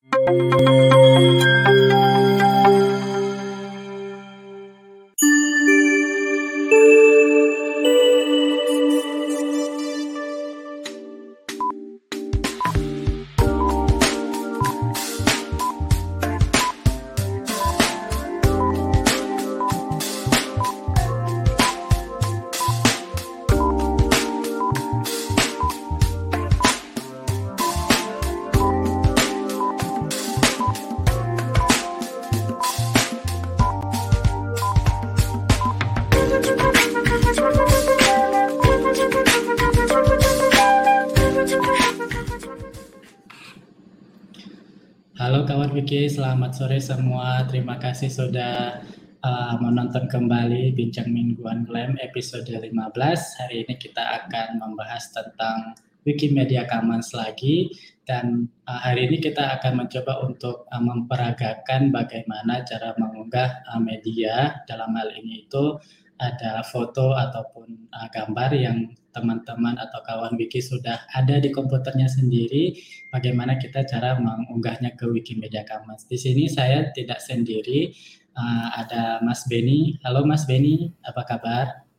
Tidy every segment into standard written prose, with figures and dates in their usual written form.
Halo kawan Wiki, selamat sore semua. Terima kasih sudah menonton kembali Bincang Mingguan Glam episode 15. Hari ini kita akan membahas tentang Wikimedia Commons lagi. Dan hari ini kita akan mencoba untuk memperagakan bagaimana cara mengunggah media. Dalam hal ini itu ada foto ataupun gambar yang teman-teman atau kawan Wiki sudah ada di komputernya sendiri, bagaimana kita cara mengunggahnya ke Wikimedia Commons. Di sini saya tidak sendiri, ada Mas Beni. Halo Mas Beni, apa kabar?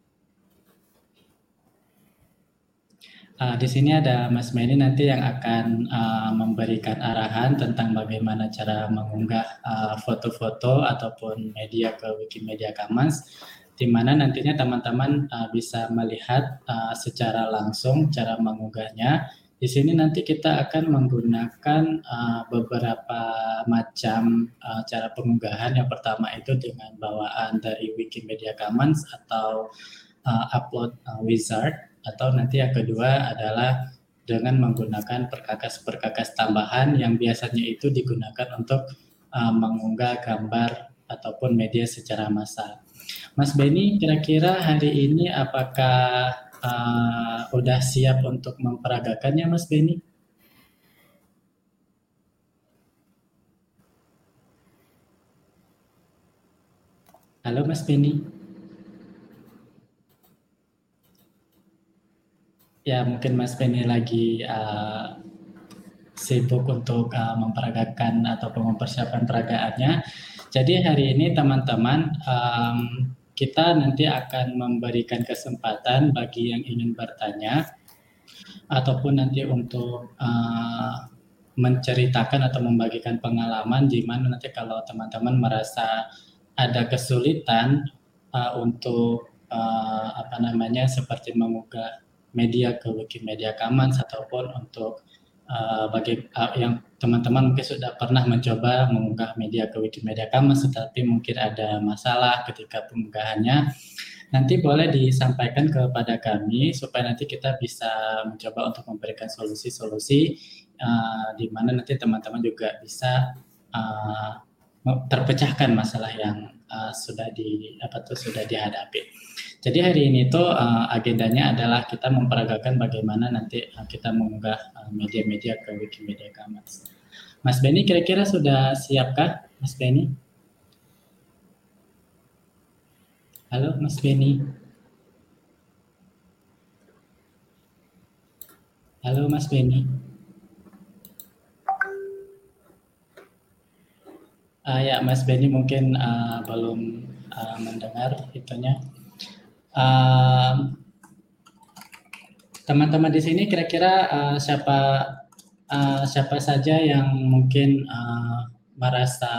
Di sini ada Mas Beni nanti yang akan memberikan arahan tentang bagaimana cara mengunggah foto-foto ataupun media ke Wikimedia Commons, di mana nantinya teman-teman bisa melihat secara langsung cara mengunggahnya. Di sini nanti kita akan menggunakan beberapa macam cara pengunggahan. Yang pertama itu dengan bawaan dari Wikimedia Commons atau upload wizard, atau nanti yang kedua adalah dengan menggunakan perkakas-perkakas tambahan yang biasanya itu digunakan untuk mengunggah gambar ataupun media secara massal. Mas Beni, kira-kira hari ini apakah udah siap untuk memperagakannya, Mas Beni? Halo, Mas Beni. Ya, mungkin Mas Beni lagi sibuk untuk memperagakan ataupun mempersiapkan peragaannya. Jadi hari ini teman-teman, kita nanti akan memberikan kesempatan bagi yang ingin bertanya ataupun nanti untuk menceritakan atau membagikan pengalaman, di mana nanti kalau teman-teman merasa ada kesulitan untuk seperti mengunggah media ke Wikimedia Commons ataupun untuk bagi yang teman-teman mungkin sudah pernah mencoba mengunggah media ke Wikimedia Commons tetapi mungkin ada masalah ketika pengunggahannya, nanti boleh disampaikan kepada kami supaya nanti kita bisa mencoba untuk memberikan solusi-solusi di mana nanti teman-teman juga bisa terpecahkan masalah yang sudah dihadapi. Jadi hari ini tuh agendanya adalah kita memperagakan bagaimana nanti kita mengunggah media-media ke Wikimedia Commons. Mas Beni, kira-kira sudah siapkah, Mas Beni? Halo, Mas Beni. Halo, Mas Beni. Ya, Mas Beni mungkin belum mendengar itunya. Teman-teman di sini kira-kira siapa saja yang mungkin merasa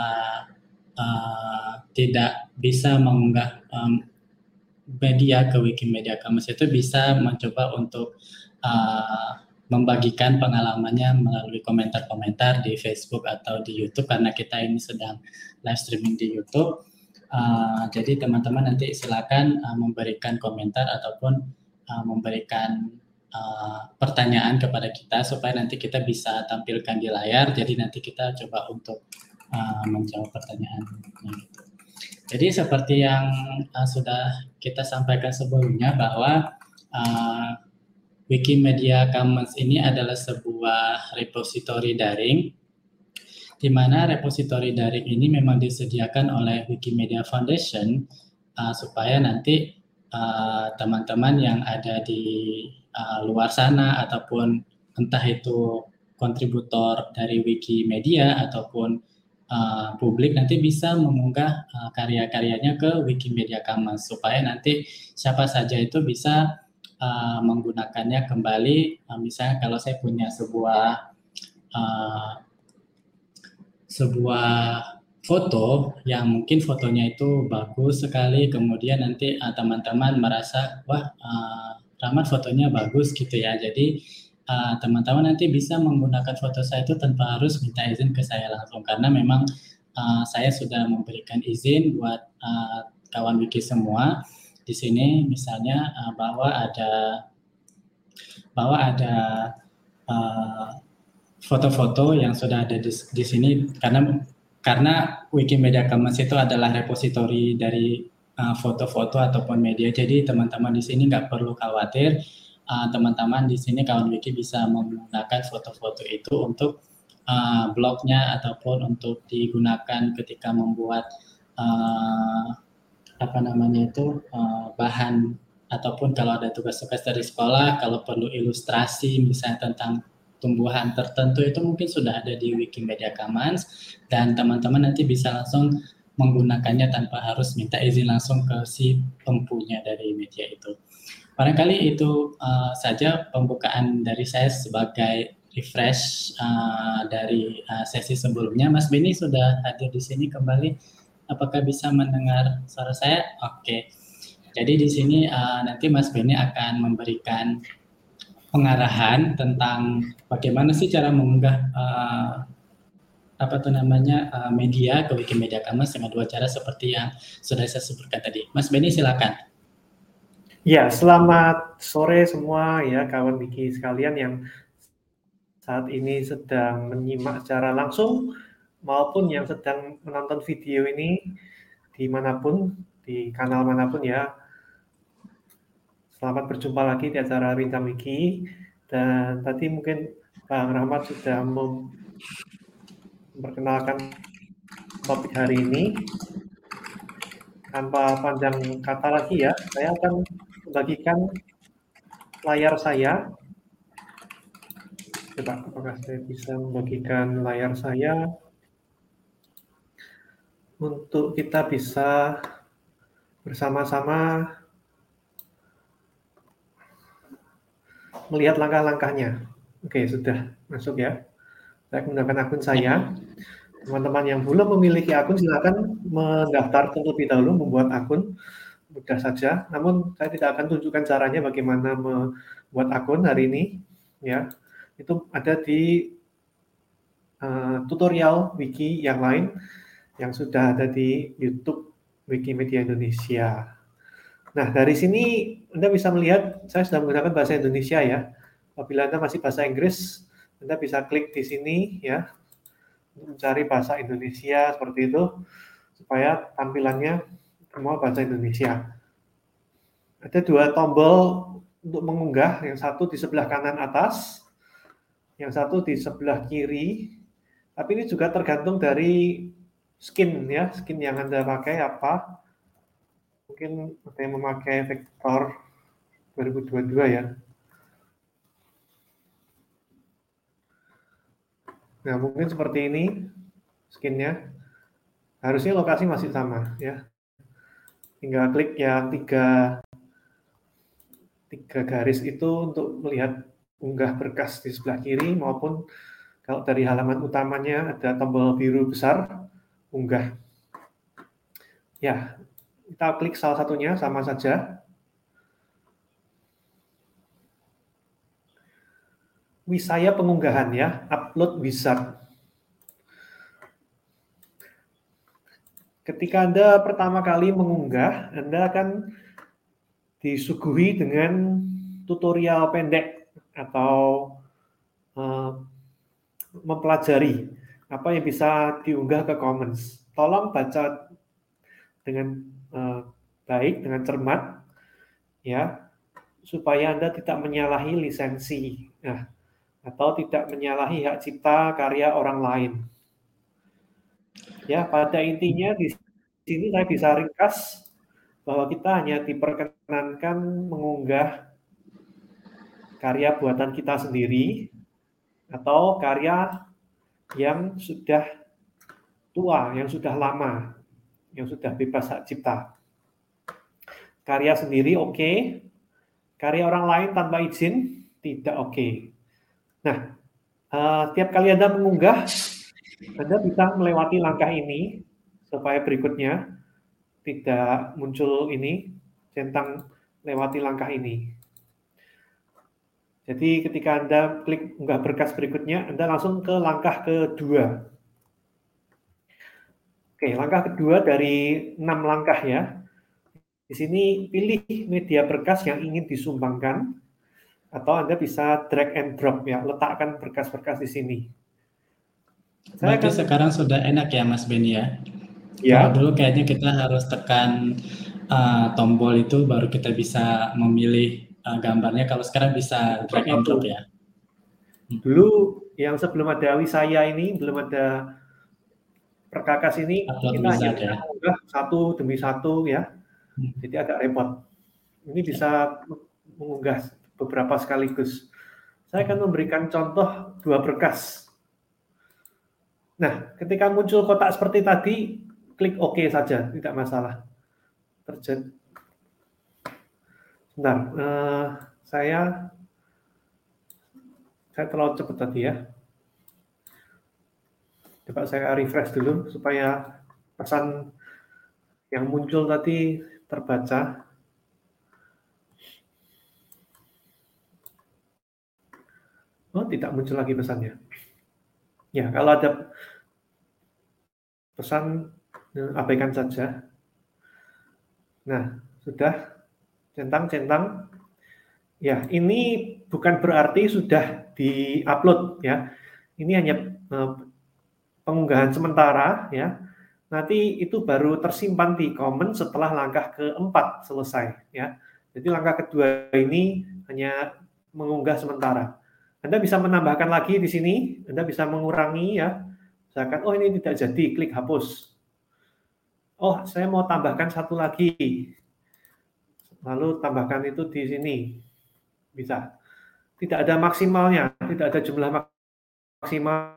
tidak bisa mengunggah media ke Wikimedia Commons itu bisa mencoba untuk membagikan pengalamannya melalui komentar-komentar di Facebook atau di YouTube, karena kita ini sedang live streaming di YouTube. Jadi teman-teman nanti silakan memberikan komentar ataupun memberikan pertanyaan kepada kita supaya nanti kita bisa tampilkan di layar. Jadi nanti kita coba untuk menjawab pertanyaan. Jadi seperti yang sudah kita sampaikan sebelumnya bahwa Wikimedia Commons ini adalah sebuah repositori daring, di mana repositori daring ini memang disediakan oleh Wikimedia Foundation supaya nanti teman-teman yang ada di luar sana ataupun entah itu kontributor dari Wikimedia ataupun publik nanti bisa mengunggah karya-karyanya ke Wikimedia Commons supaya nanti siapa saja itu bisa menggunakannya kembali. Misalnya kalau saya punya uh, sebuah foto yang mungkin fotonya itu bagus sekali, kemudian nanti teman-teman merasa wah Rahmat fotonya bagus gitu ya, jadi teman-teman nanti bisa menggunakan foto saya itu tanpa harus minta izin ke saya langsung, karena memang saya sudah memberikan izin buat kawan wiki semua di sini, misalnya bahwa ada uh, foto-foto yang sudah ada di sini, karena Wikimedia Commons itu adalah repositori dari foto-foto ataupun media. Jadi teman-teman di sini nggak perlu khawatir. Teman-teman di sini kawan wiki bisa menggunakan foto-foto itu untuk blognya ataupun untuk digunakan ketika membuat bahan, ataupun kalau ada tugas-tugas dari sekolah, kalau perlu ilustrasi misalnya tentang tumbuhan tertentu itu mungkin sudah ada di Wikimedia Commons dan teman-teman nanti bisa langsung menggunakannya tanpa harus minta izin langsung ke si pempunya dari media itu. Barangkali itu saja pembukaan dari saya sebagai refresh dari sesi sebelumnya. Mas Beni sudah hadir di sini kembali. Apakah bisa mendengar suara saya? Oke. Jadi di sini nanti Mas Beni akan memberikan pengarahan tentang bagaimana sih cara mengunggah media ke Wikimedia Commons dengan dua cara seperti yang sudah saya sebutkan tadi. Mas Beni silakan. Ya, selamat sore semua ya kawan Wiki sekalian yang saat ini sedang menyimak secara langsung maupun yang sedang menonton video ini dimanapun, di kanal manapun ya. Selamat berjumpa lagi di acara Bincang Wiki. Dan tadi mungkin Bang Rahmat sudah memperkenalkan topik hari ini. Tanpa panjang kata lagi ya, saya akan membagikan layar saya. Coba apakah saya bisa membagikan layar saya untuk kita bisa bersama-sama melihat langkah-langkahnya. Oke, sudah masuk ya. Saya menggunakan akun saya. Teman-teman yang belum memiliki akun silakan mendaftar terlebih dahulu, membuat akun. Mudah saja. Namun saya tidak akan tunjukkan caranya bagaimana membuat akun hari ini. Ya, itu ada di tutorial wiki yang lain yang sudah ada di YouTube Wikimedia Indonesia. Nah, dari sini Anda bisa melihat saya sudah menggunakan bahasa Indonesia ya. Apabila Anda masih bahasa Inggris, Anda bisa klik di sini ya, untuk mencari bahasa Indonesia seperti itu, supaya tampilannya semua bahasa Indonesia. Ada dua tombol untuk mengunggah, yang satu di sebelah kanan atas, yang satu di sebelah kiri. Tapi ini juga tergantung dari skin ya, skin yang Anda pakai apa. Mungkin ada yang memakai vektor 2022 ya. Nah, mungkin seperti ini skinnya. Harusnya lokasi masih sama ya. Tinggal klik yang tiga garis itu untuk melihat unggah berkas di sebelah kiri, maupun kalau dari halaman utamanya ada tombol biru besar, unggah. Ya, kita klik salah satunya, sama saja. Wisaya pengunggahan ya, upload wizard. Ketika Anda pertama kali mengunggah, Anda akan disuguhi dengan tutorial pendek atau mempelajari apa yang bisa diunggah ke Commons. Tolong baca dengan baik, dengan cermat, ya, supaya Anda tidak menyalahi lisensi, atau tidak menyalahi hak cipta karya orang lain. Ya, pada intinya di sini saya bisa ringkas bahwa kita hanya diperkenankan mengunggah karya buatan kita sendiri atau karya yang sudah tua, yang sudah lama, yang sudah bebas hak cipta. Karya sendiri oke, karya orang lain tanpa izin tidak oke. Nah, tiap kali Anda mengunggah, Anda bisa melewati langkah ini supaya berikutnya tidak muncul ini, centang lewati langkah ini. Jadi ketika Anda klik unggah berkas berikutnya, Anda langsung ke langkah kedua. Oke, langkah kedua dari 6 langkah ya. Di sini pilih media berkas yang ingin disumbangkan, atau Anda bisa drag and drop ya, letakkan berkas-berkas di sini. Berarti sekarang sudah enak ya Mas Beni ya? Kalau Ya, dulu kayaknya kita harus tekan tombol itu baru kita bisa memilih gambarnya. Kalau sekarang bisa drag and drop ya. dulu yang sebelum ada Wisaya ini, belum ada Perkakas ini, Upload kita hanya wizard bisa ya. mengunggah satu demi satu ya. Jadi agak repot. Ini bisa mengunggah beberapa sekaligus. Saya akan memberikan contoh 2 berkas. Nah, ketika muncul kotak seperti tadi, klik OK saja, tidak masalah. Sebentar, saya terlalu cepat tadi ya. Coba saya refresh dulu supaya pesan yang muncul tadi terbaca. Oh, tidak muncul lagi pesannya. Ya, kalau ada pesan, abaikan saja. Nah, sudah centang-centang. Ya, ini bukan berarti sudah di-upload ya. Ini hanya pengunggahan sementara ya. Nanti itu baru tersimpan di komen setelah langkah keempat selesai ya. Jadi langkah kedua ini hanya mengunggah sementara. Anda bisa menambahkan lagi di sini, Anda bisa mengurangi ya. Misalkan, oh ini tidak jadi, klik hapus. Oh, saya mau tambahkan satu lagi. Lalu tambahkan itu di sini. Bisa. Tidak ada maksimalnya, tidak ada jumlah maksimal.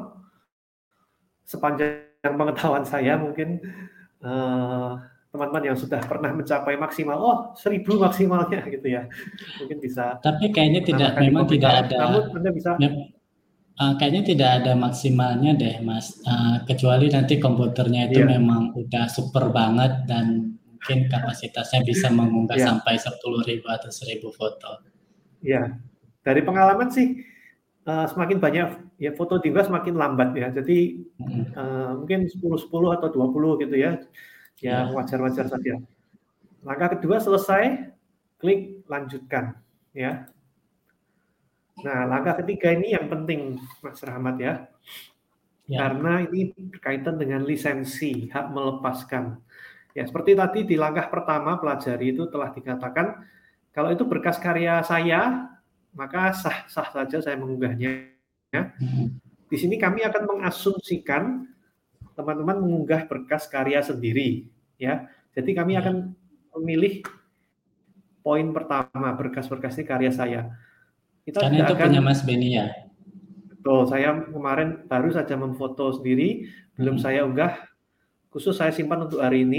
Sepanjang pengetahuan saya mungkin teman-teman yang sudah pernah mencapai maksimal, oh 1000 maksimalnya gitu ya, mungkin bisa Tapi kayaknya menambahkan di memang tidak komentar. ada, Namun Anda bisa, kayaknya tidak ada maksimalnya deh Mas. Kecuali nanti komputernya itu ya, memang udah super banget dan mungkin kapasitasnya bisa mengunggah ya, sampai 10.000 atau 1.000 foto. ya. Dari pengalaman sih semakin banyak ya foto diunggah semakin lambat ya. Jadi mungkin 10 atau 20 gitu ya, yang Ya. wajar-wajar saja. Langkah kedua selesai, klik lanjutkan ya. Nah, langkah ketiga ini yang penting, Mas Rahmat ya, Ya. karena ini berkaitan dengan lisensi, hak melepaskan. Ya, seperti tadi di langkah pertama pelajari itu telah dikatakan, kalau itu berkas karya saya, maka sah-sah saja saya mengunggahnya. Di sini kami akan mengasumsikan teman-teman mengunggah berkas karya sendiri, ya. Jadi kami Ya. akan memilih poin pertama, berkas-berkas ini karya saya. Kita Karena tidak itu akan. punya Mas Beni ya. Betul, saya kemarin baru saja memfoto sendiri, belum saya unggah, khusus saya simpan untuk hari ini.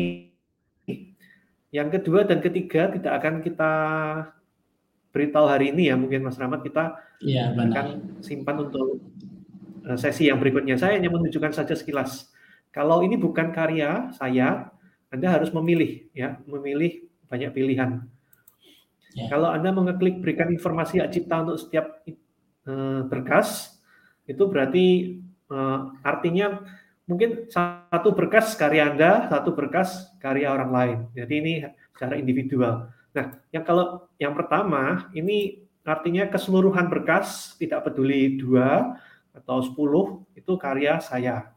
Yang kedua dan ketiga tidak akan kita beritahu hari ini ya, mungkin Mas Rahmat, kita Iya, akan benar. simpan untuk sesi yang berikutnya. Saya hanya menunjukkan saja sekilas. Kalau ini bukan karya saya, Anda harus memilih ya, memilih banyak pilihan. Ya. Kalau Anda mengeklik berikan informasi hak cipta untuk setiap berkas, itu berarti artinya mungkin satu berkas karya Anda, satu berkas karya orang lain. Jadi ini secara individual. Nah, kalau yang pertama ini artinya keseluruhan berkas, tidak peduli 2 atau 10, itu karya saya.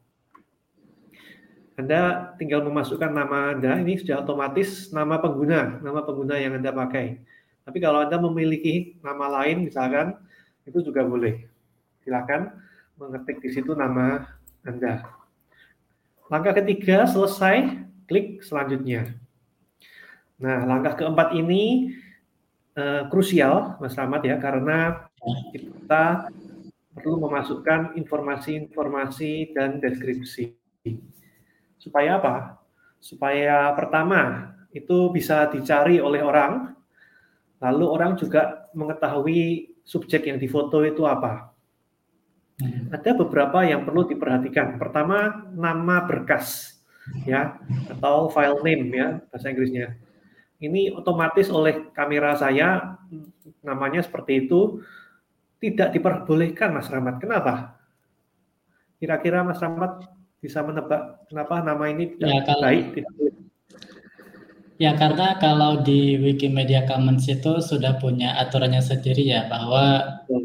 Anda tinggal memasukkan nama Anda, ini sudah otomatis nama pengguna yang Anda pakai. Tapi kalau Anda memiliki nama lain misalkan, itu juga boleh. Silakan mengetik di situ nama Anda. Langkah ketiga selesai, klik selanjutnya. Nah, langkah keempat ini krusial, Mas Rahmat ya, karena kita perlu memasukkan informasi-informasi dan deskripsi. Supaya apa? Supaya pertama, itu bisa dicari oleh orang, lalu orang juga mengetahui subjek yang difoto itu apa. Ada beberapa yang perlu diperhatikan. Pertama, nama berkas, ya, atau file name, ya, bahasa Inggrisnya. Ini otomatis oleh kamera saya, namanya seperti itu, tidak diperbolehkan, Mas Rahmat. Kenapa? Kira-kira Mas Rahmat bisa menebak kenapa nama ini Ya, tidak baik, tidak boleh? ya, karena kalau di Wikimedia Commons itu sudah punya aturannya sendiri ya, bahwa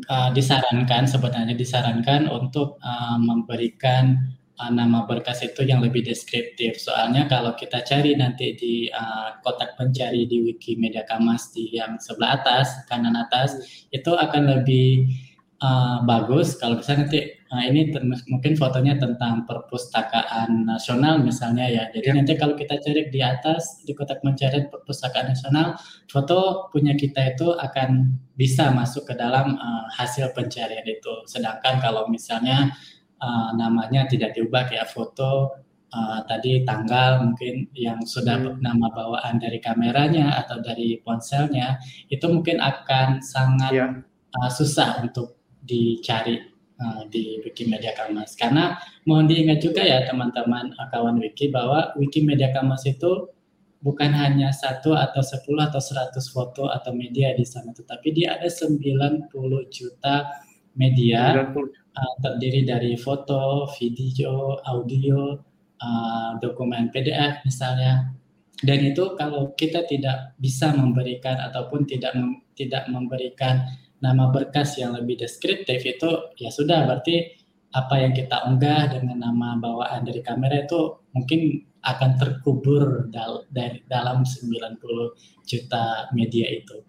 sebenarnya disarankan untuk memberikan nama berkas itu yang lebih deskriptif. Soalnya kalau kita cari nanti di kotak pencari di Wikimedia Commons di yang sebelah atas, kanan atas, itu akan lebih bagus kalau misalnya nanti ini mungkin fotonya tentang perpustakaan nasional misalnya ya. Jadi nanti kalau kita cari di atas di kotak pencarian perpustakaan nasional, foto punya kita itu akan bisa masuk ke dalam hasil pencarian itu. Sedangkan kalau misalnya namanya tidak diubah kayak foto tadi tanggal mungkin yang sudah nama bawaan dari kameranya atau dari ponselnya, itu mungkin akan sangat susah untuk dicari di Wikimedia Commons. Karena mohon diingat juga ya teman-teman kawan Wiki, bahwa Wikimedia Commons itu bukan hanya 1 atau 10 atau 100 foto atau media di sana, tetapi dia ada 90 juta media terdiri dari foto, video, audio, dokumen PDF misalnya. Dan itu kalau kita tidak bisa memberikan ataupun tidak memberikan nama berkas yang lebih deskriptif, itu ya sudah, berarti apa yang kita unggah dengan nama bawaan dari kamera itu mungkin akan terkubur dalam 90 juta media itu.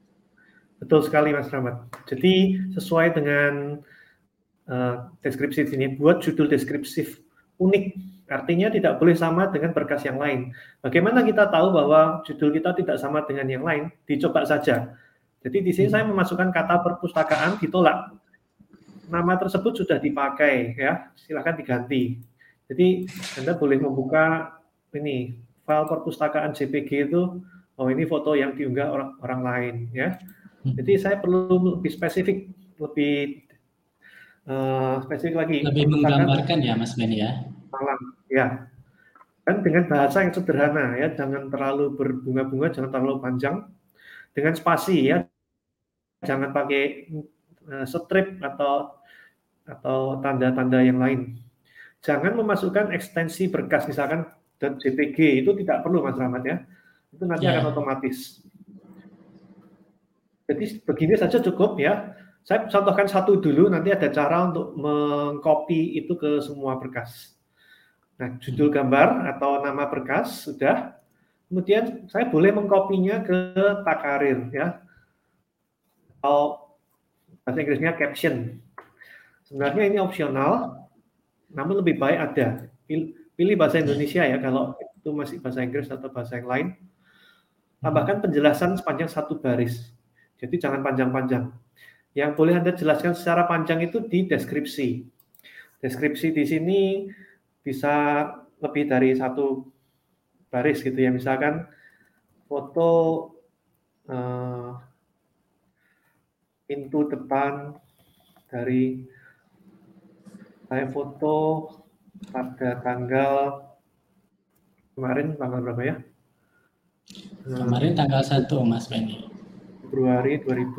Betul sekali Mas Rahmat. Jadi sesuai dengan deskripsi sini, buat judul deskriptif unik. Artinya tidak boleh sama dengan berkas yang lain. Bagaimana kita tahu bahwa judul kita tidak sama dengan yang lain? Dicoba saja. Jadi di sini saya memasukkan kata perpustakaan, ditolak. Nama tersebut sudah dipakai, ya, silakan diganti. Jadi Anda boleh membuka ini file perpustakaan JPG itu, oh ini foto yang diunggah orang lain, ya. Jadi saya perlu lebih spesifik, lebih spesifik lagi. Lebih menggambarkan ya Mas Ben ya. Ya. Dan dengan bahasa yang sederhana ya, jangan terlalu berbunga-bunga, jangan terlalu panjang. Dengan spasi ya, jangan pakai strip atau tanda-tanda yang lain. Jangan memasukkan ekstensi berkas, misalkan .jpg, itu tidak perlu Mas Rahmat ya. Itu nanti akan otomatis. Jadi begini saja cukup ya. Saya contohkan satu dulu, nanti ada cara untuk mengcopy itu ke semua berkas. Nah, judul gambar atau nama berkas sudah. Kemudian saya boleh mengkopinya ke Takarir ya. Atau bahasa Inggrisnya caption. Sebenarnya ini opsional, namun lebih baik ada. Pilih bahasa Indonesia ya, kalau itu masih bahasa Inggris atau bahasa yang lain. Tambahkan penjelasan sepanjang 1 baris. Jadi jangan panjang-panjang. Yang boleh Anda jelaskan secara panjang itu di deskripsi. Deskripsi di sini bisa lebih dari 1 baris gitu ya. Misalkan foto pintu depan dari saya foto pada tanggal kemarin, tanggal berapa ya? Kemarin tanggal 1 Mas Benny. Februari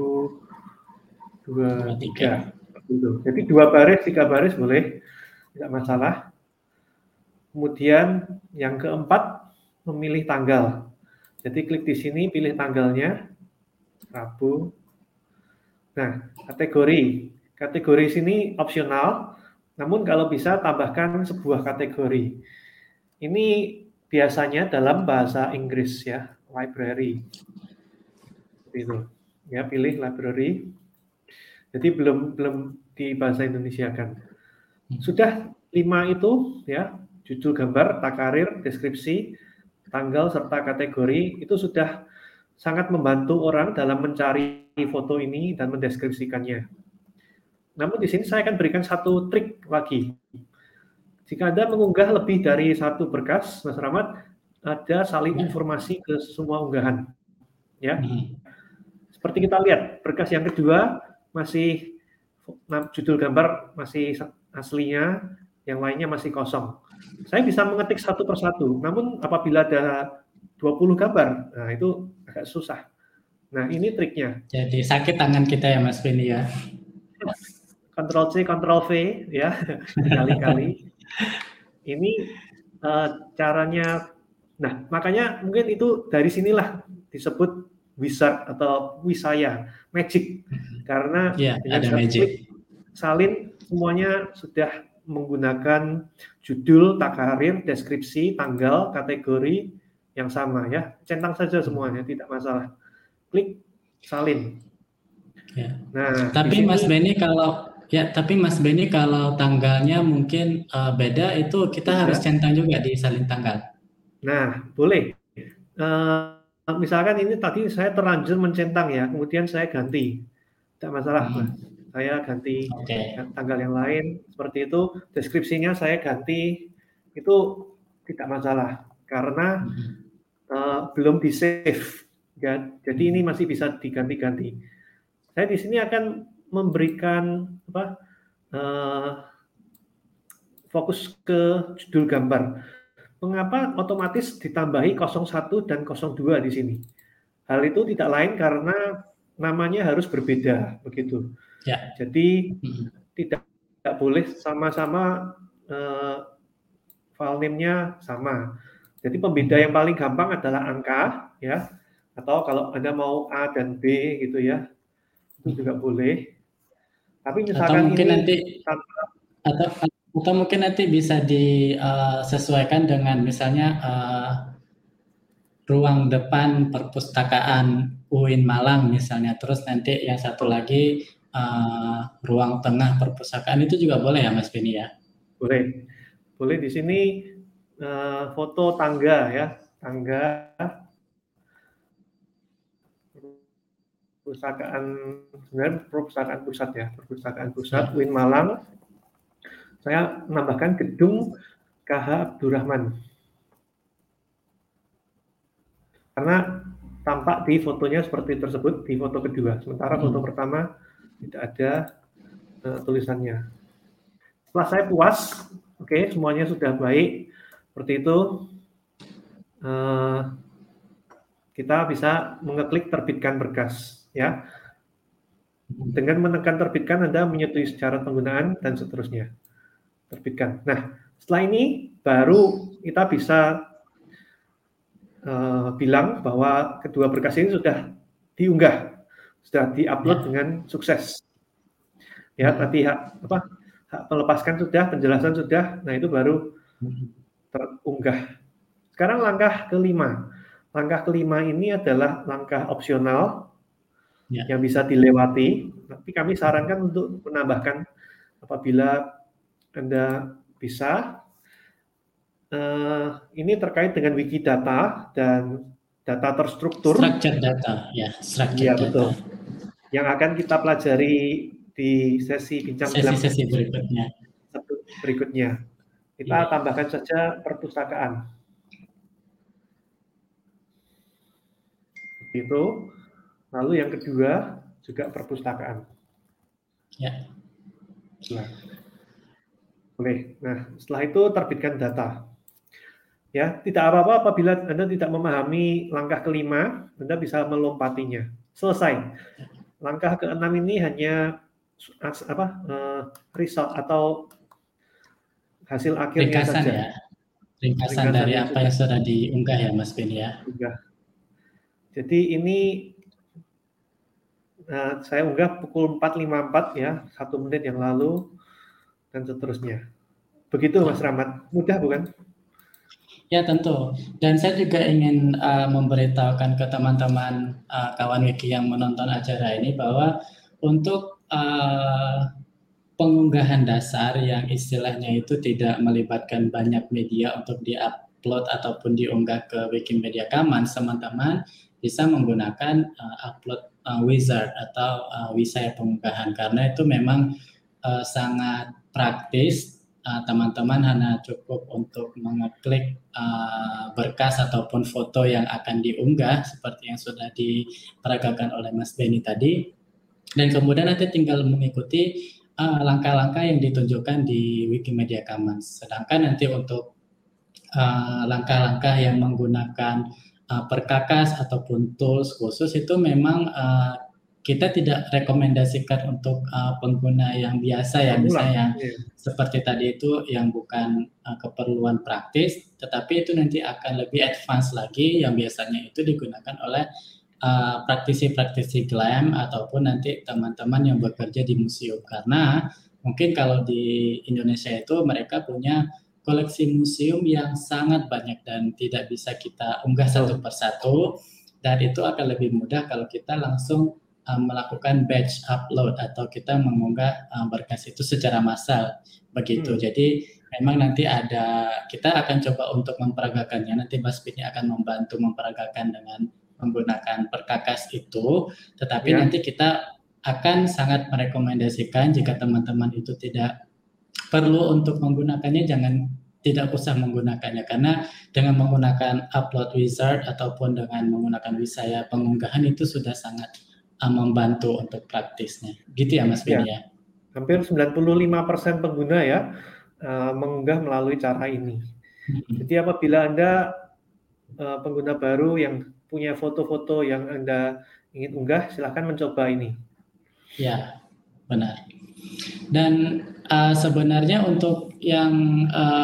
2023. Jadi 2 baris, 3 baris boleh, tidak masalah. Kemudian yang keempat, memilih tanggal. Jadi klik di sini, pilih tanggalnya, Rabu. Nah, kategori. Kategori sini opsional, namun kalau bisa tambahkan sebuah kategori. Ini biasanya dalam bahasa Inggris ya, library. Itu. Ya, pilih library. Jadi belum di bahasa Indonesia kan. Sudah 5 itu ya, judul gambar, takarir, deskripsi, tanggal serta kategori, itu sudah sangat membantu orang dalam mencari foto ini dan mendeskripsikannya. Namun di sini saya akan berikan satu trik lagi. Jika Anda mengunggah lebih dari satu berkas, Mas Rahmat, ada salin informasi ke semua unggahan. Ya, seperti kita lihat berkas yang kedua masih judul gambar masih aslinya, yang lainnya masih kosong. Saya bisa mengetik satu persatu, namun apabila ada 20 gambar, nah itu agak susah. Nah, ini triknya. Jadi sakit tangan kita ya Mas Beni ya. Ctrl C, Ctrl V ya, berkali-kali. Ini caranya. Nah, makanya mungkin itu dari sinilah disebut wizard atau wisaya, magic. Karena dengan satu klik salin semuanya sudah menggunakan judul, takarir, deskripsi, tanggal, kategori yang sama ya. Centang saja semuanya, tidak masalah. Klik salin. Ya. Nah, tapi Mas Beni kalau tanggalnya mungkin beda, itu kita harus centang juga di salin tanggal. Nah, boleh. Misalkan ini tadi saya terlanjur mencentang ya, kemudian saya ganti. Tidak masalah, Mas. Saya ganti tanggal yang lain, seperti itu. Deskripsinya saya ganti, itu tidak masalah. Karena belum di-save. Ya, jadi ini masih bisa diganti-ganti. Saya di sini akan memberikan fokus ke judul gambar. Mengapa otomatis ditambahi 01 dan 02 di sini? Hal itu tidak lain karena namanya harus berbeda, begitu. Ya. Jadi tidak boleh sama-sama file name-nya sama. Jadi pembeda yang paling gampang adalah angka, ya. Atau kalau Anda mau A dan B gitu ya, itu juga boleh. Tapi misalkan atau mungkin ini nanti atau mungkin nanti bisa disesuaikan dengan misalnya ruang depan perpustakaan UIN Malang misalnya, terus nanti yang satu lagi ruang tengah perpustakaan, itu juga boleh ya Mas Beni ya? Boleh. Boleh di sini foto tangga ya, tangga perpustakaan, sebenarnya perpustakaan pusat ya, perpustakaan pusat UIN Malang. Saya menambahkan gedung KH Abdurrahman. Karena tampak di fotonya seperti tersebut di foto kedua. Sementara foto pertama tidak ada tulisannya. Setelah saya puas, oke, semuanya sudah baik, seperti itu, kita bisa mengeklik terbitkan berkas, ya. Dengan menekan terbitkan, Anda menyetujui syarat penggunaan dan seterusnya. Terbitkan. Nah, setelah ini baru kita bisa bilang bahwa kedua berkas ini sudah diunggah, sudah diupload dengan sukses. Ya, tadi hak melepaskan sudah, penjelasan sudah, nah itu baru terunggah. Sekarang langkah kelima. Langkah kelima ini adalah langkah opsional yang bisa dilewati, tapi kami sarankan untuk menambahkan apabila Anda bisa. Ini terkait dengan Wikidata dan data terstruktur. Structured data, ya, structured data. Betul. Yang akan kita pelajari di sesi bincang sesi berikutnya. Kita tambahkan saja perpustakaan. Itu. Lalu yang kedua juga perpustakaan. Ya. Boleh. Nah, setelah itu terbitkan data. Ya, tidak apa-apa apabila Anda tidak memahami langkah kelima, Anda bisa melompatinya. Selesai. Langkah keenam ini hanya result atau hasil akhirnya ringkasan saja. Ya. Ringkasan dari apa yang sudah diunggah ya Mas Ben ya. Jadi ini saya unggah pukul 4.54 ya, 1 menit yang lalu dan seterusnya. Begitu Mas Rahmat. Mudah bukan? Ya tentu, dan saya juga ingin memberitahukan ke teman-teman kawan Wiki yang menonton acara ini bahwa untuk pengunggahan dasar yang istilahnya itu tidak melibatkan banyak media untuk diupload ataupun diunggah ke Wikimedia Commons, teman-teman bisa menggunakan upload wizard atau wisaya pengunggahan, karena itu memang sangat praktis. Teman-teman hanya cukup untuk mengeklik berkas ataupun foto yang akan diunggah seperti yang sudah diperagakan oleh Mas Benny tadi, dan kemudian nanti tinggal mengikuti langkah-langkah yang ditunjukkan di Wikimedia Commons. Sedangkan nanti untuk langkah-langkah yang menggunakan perkakas ataupun tools khusus itu memang kita tidak rekomendasikan untuk pengguna yang biasa ya, misalnya yang seperti tadi itu yang bukan keperluan praktis, tetapi itu nanti akan lebih advance lagi yang biasanya itu digunakan oleh praktisi-praktisi GLAM ataupun nanti teman-teman yang bekerja di museum. Karena mungkin kalau di Indonesia itu mereka punya koleksi museum yang sangat banyak dan tidak bisa kita unggah satu persatu, dan itu akan lebih mudah kalau kita langsung melakukan batch upload atau kita mengunggah berkas itu secara massal begitu. Jadi memang nanti kita akan coba untuk memperagakannya. Nanti Mas Bini akan membantu memperagakan dengan menggunakan perkakas itu, tetapi nanti kita akan sangat merekomendasikan jika teman-teman itu tidak perlu untuk menggunakannya, tidak usah menggunakannya, karena dengan menggunakan upload wizard ataupun dengan menggunakan Wisaya pengunggahan itu sudah sangat membantu untuk praktisnya. Gitu ya Mas Bini ya. Hampir 95% pengguna ya mengunggah melalui cara ini. Jadi apabila Anda pengguna baru yang punya foto-foto yang Anda ingin unggah, silahkan mencoba ini. Ya, benar. Dan sebenarnya untuk yang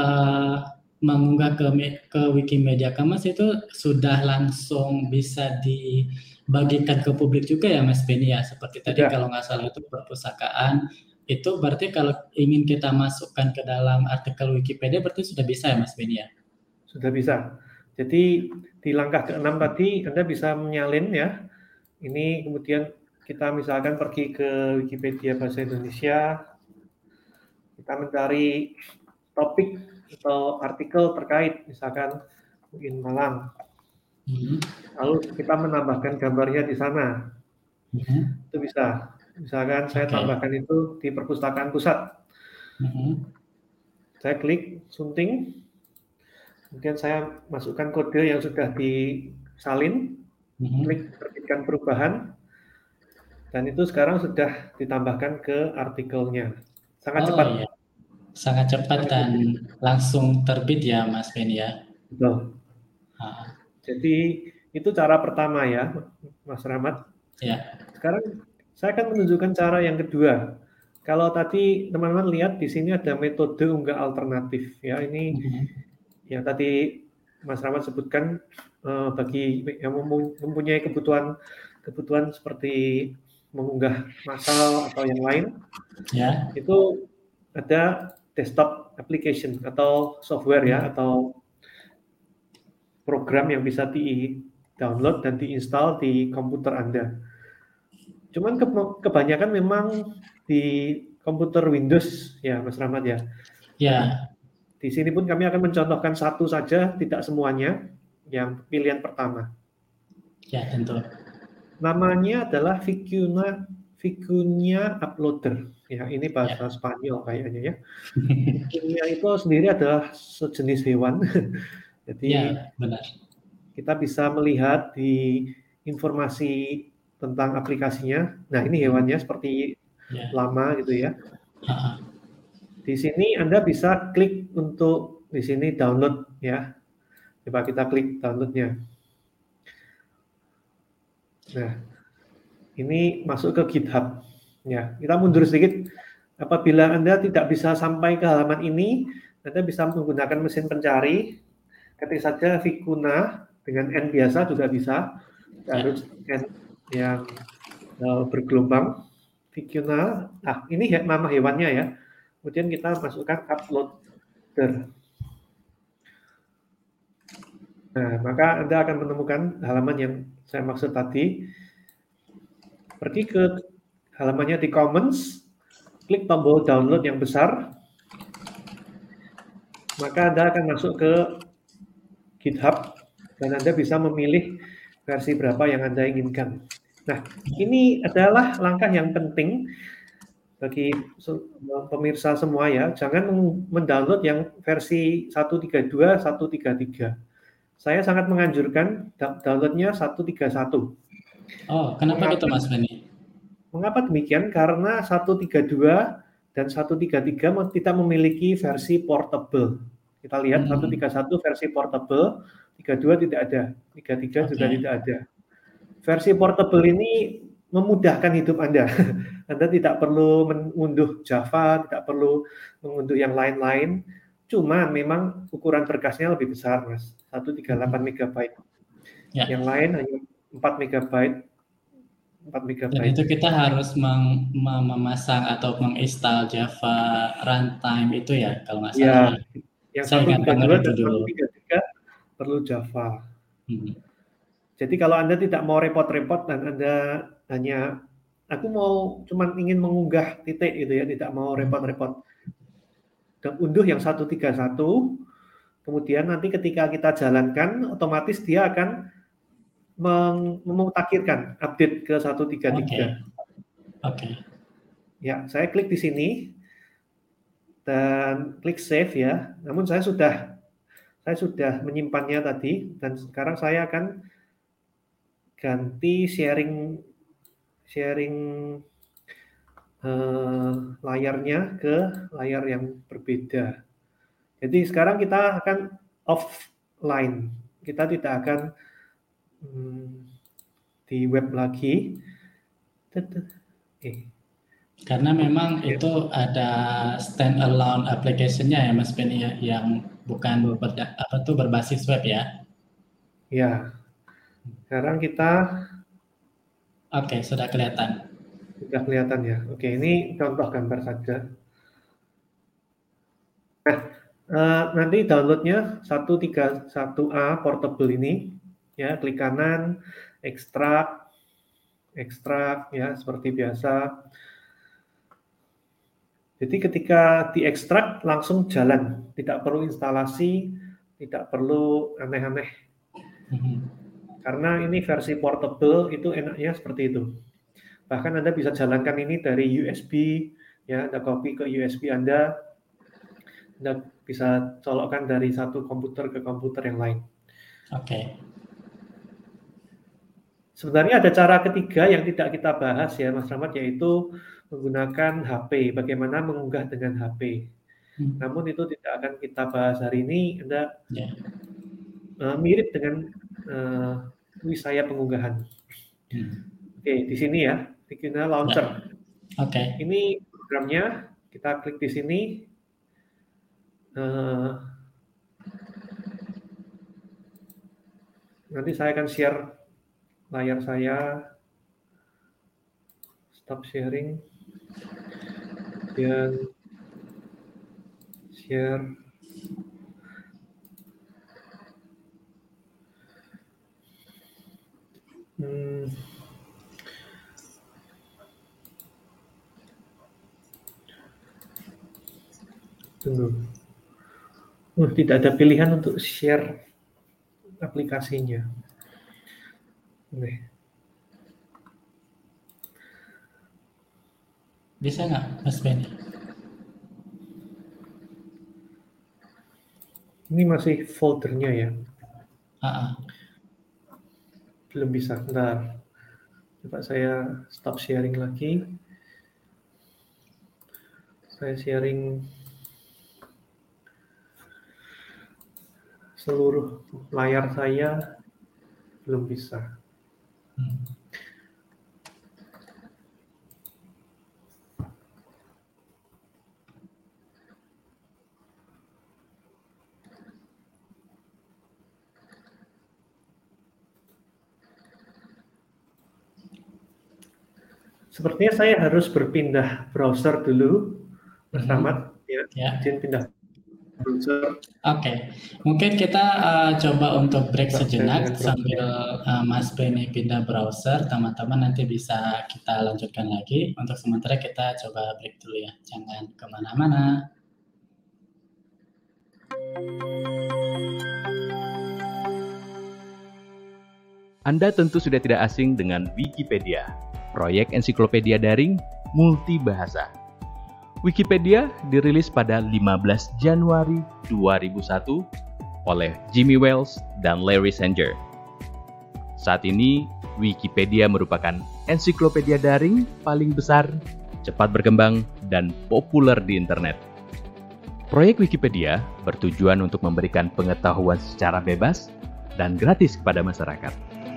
mengunggah ke Wikimedia Commons itu sudah langsung bisa dibagikan ke publik juga ya Mas Beni ya, seperti tadi kalau nggak salah itu perpustakaan, itu berarti kalau ingin kita masukkan ke dalam artikel Wikipedia berarti sudah bisa ya Mas Beni ya? Sudah bisa. Jadi di langkah ke-6 tadi Anda bisa menyalin ya, ini kemudian kita misalkan pergi ke Wikipedia Bahasa Indonesia, kita mencari topik atau artikel terkait, misalkan UIN Malang. Lalu kita menambahkan gambarnya di sana. Itu bisa. Misalkan saya tambahkan itu di Perpustakaan Pusat. Saya klik sunting, kemudian saya masukkan kode yang sudah disalin, klik terbitkan perubahan, dan itu sekarang sudah ditambahkan ke artikelnya. Sangat cepat. Iya. Sangat cepat dan langsung terbit ya Mas Ben ya. Betul. Jadi itu cara pertama ya Mas Rahmat. Ya. Sekarang saya akan menunjukkan cara yang kedua. Kalau tadi teman-teman lihat di sini ada metode unggah alternatif ya, ini yang tadi Mas Rahmat sebutkan bagi yang mempunyai kebutuhan seperti mengunggah massal atau yang lain, ya. Itu ada desktop application atau software ya, atau program yang bisa di-download dan diinstal di komputer Anda. Cuman kebanyakan memang di komputer Windows ya Mas Rahmat ya. Ya. Di sini pun kami akan mencontohkan satu saja, tidak semuanya, yang pilihan pertama. Ya, tentu. Namanya adalah Vicuña Uploader. Ya, ini bahasa Spanyol kayaknya ya. Vicuña itu sendiri adalah sejenis hewan. Jadi benar. Kita bisa melihat di informasi tentang aplikasinya. Nah, ini hewannya seperti lama gitu ya. Di sini Anda bisa klik untuk di sini download ya. Coba kita klik downloadnya. Nah, ini masuk ke GitHub. Ya, kita mundur sedikit. Apabila Anda tidak bisa sampai ke halaman ini, Anda bisa menggunakan mesin pencari. Ketik saja Vicuna dengan N biasa juga bisa. Harus N yang bergelombang. Vicuna. Nah, ini nama hewannya ya. Kemudian kita masukkan uploader. Nah, maka Anda akan menemukan halaman yang saya maksud tadi. Pergi ke halamannya di Commons, klik tombol download yang besar, maka Anda akan masuk ke GitHub dan Anda bisa memilih versi berapa yang Anda inginkan. Nah, ini adalah langkah yang penting bagi pemirsa semua ya, jangan mendownload yang versi 132, 133. Saya sangat menganjurkan downloadnya 131. Oh, kenapa gitu Mas Benny? Mengapa demikian? Karena 132 dan 133 tidak memiliki versi portable. Kita lihat 131 versi portable, 32 tidak ada, 33 juga tidak ada. Versi portable ini memudahkan hidup Anda. Anda tidak perlu mengunduh Java, tidak perlu mengunduh yang lain-lain. Cuma memang ukuran berkasnya lebih besar, Mas. 138 MB. Ya. Yang lain hanya 4 MB. 4 MB. Dan itu kita harus memasang atau menginstal Java runtime itu ya, kalau nggak salah. Ya, yang 132 dan 133 perlu Java. Jadi kalau Anda tidak mau repot-repot dan Anda hanya, aku mau cuman ingin mengunggah titik gitu ya, tidak mau repot-repot. Dan unduh yang 131, kemudian nanti ketika kita jalankan, otomatis dia akan memutakhirkan update ke 133. Oke. Ya, saya klik di sini dan klik save ya. Namun saya sudah menyimpannya tadi dan sekarang saya akan ganti sharing layarnya ke layar yang berbeda. Jadi sekarang kita akan offline. Kita tidak akan di web lagi. Karena memang itu ada standalone application-nya ya Mas Benny ya, yang bukan berbasis web ya. Ya. Sekarang kita Oke, sudah kelihatan. Sudah kelihatan ya. Oke, ini contoh gambar saja. Nah, nanti downloadnya 131A portable ini, ya klik kanan, ekstrak ya seperti biasa. Jadi ketika diekstrak langsung jalan, tidak perlu instalasi, tidak perlu aneh-aneh. Karena ini versi portable itu enaknya seperti itu. Bahkan Anda bisa jalankan ini dari USB, ya, Anda copy ke USB Anda bisa colokkan dari satu komputer ke komputer yang lain. Oke. Sebenarnya ada cara ketiga yang tidak kita bahas ya, Mas Rahmat, yaitu menggunakan HP, bagaimana mengunggah dengan HP. Namun itu tidak akan kita bahas hari ini. Anda mirip dengan wisaya pengunggahan. Oke, di sini ya. Bikinnya launcher. Oke. Ini programnya, kita klik di sini. Nanti saya akan share layar saya. Stop sharing. Dan share. Tunggu. Tidak ada pilihan untuk share aplikasinya. Bisa nggak, Mas Benny? Ini masih foldernya ya. Belum bisa. Bentar. Coba saya stop sharing lagi. Saya sharing seluruh layar saya, belum bisa. Sepertinya saya harus berpindah browser dulu, Mas Rahmat. Ya. Izin pindah browser. Oke, mungkin kita coba untuk break sejenak sambil Mas Benny pindah browser. Teman-teman nanti bisa kita lanjutkan lagi. Untuk sementara kita coba break dulu ya, jangan kemana-mana. Anda tentu sudah tidak asing dengan Wikipedia, proyek ensiklopedia daring multibahasa Wikipedia dirilis pada 15 Januari 2001 oleh Jimmy Wales dan Larry Sanger. Saat ini, Wikipedia merupakan ensiklopedia daring paling besar, cepat berkembang, dan populer di internet. Proyek Wikipedia bertujuan untuk memberikan pengetahuan secara bebas dan gratis kepada masyarakat.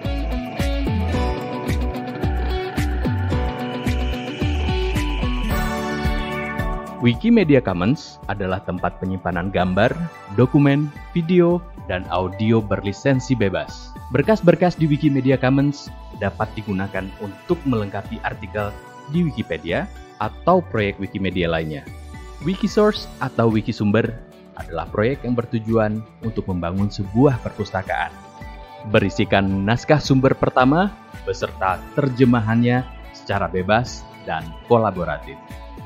Wikimedia Commons adalah tempat penyimpanan gambar, dokumen, video, dan audio berlisensi bebas. Berkas-berkas di Wikimedia Commons dapat digunakan untuk melengkapi artikel di Wikipedia atau proyek Wikimedia lainnya. Wikisource atau Wikisumber adalah proyek yang bertujuan untuk membangun sebuah perpustakaan. Berisikan naskah sumber pertama beserta terjemahannya secara bebas dan kolaboratif.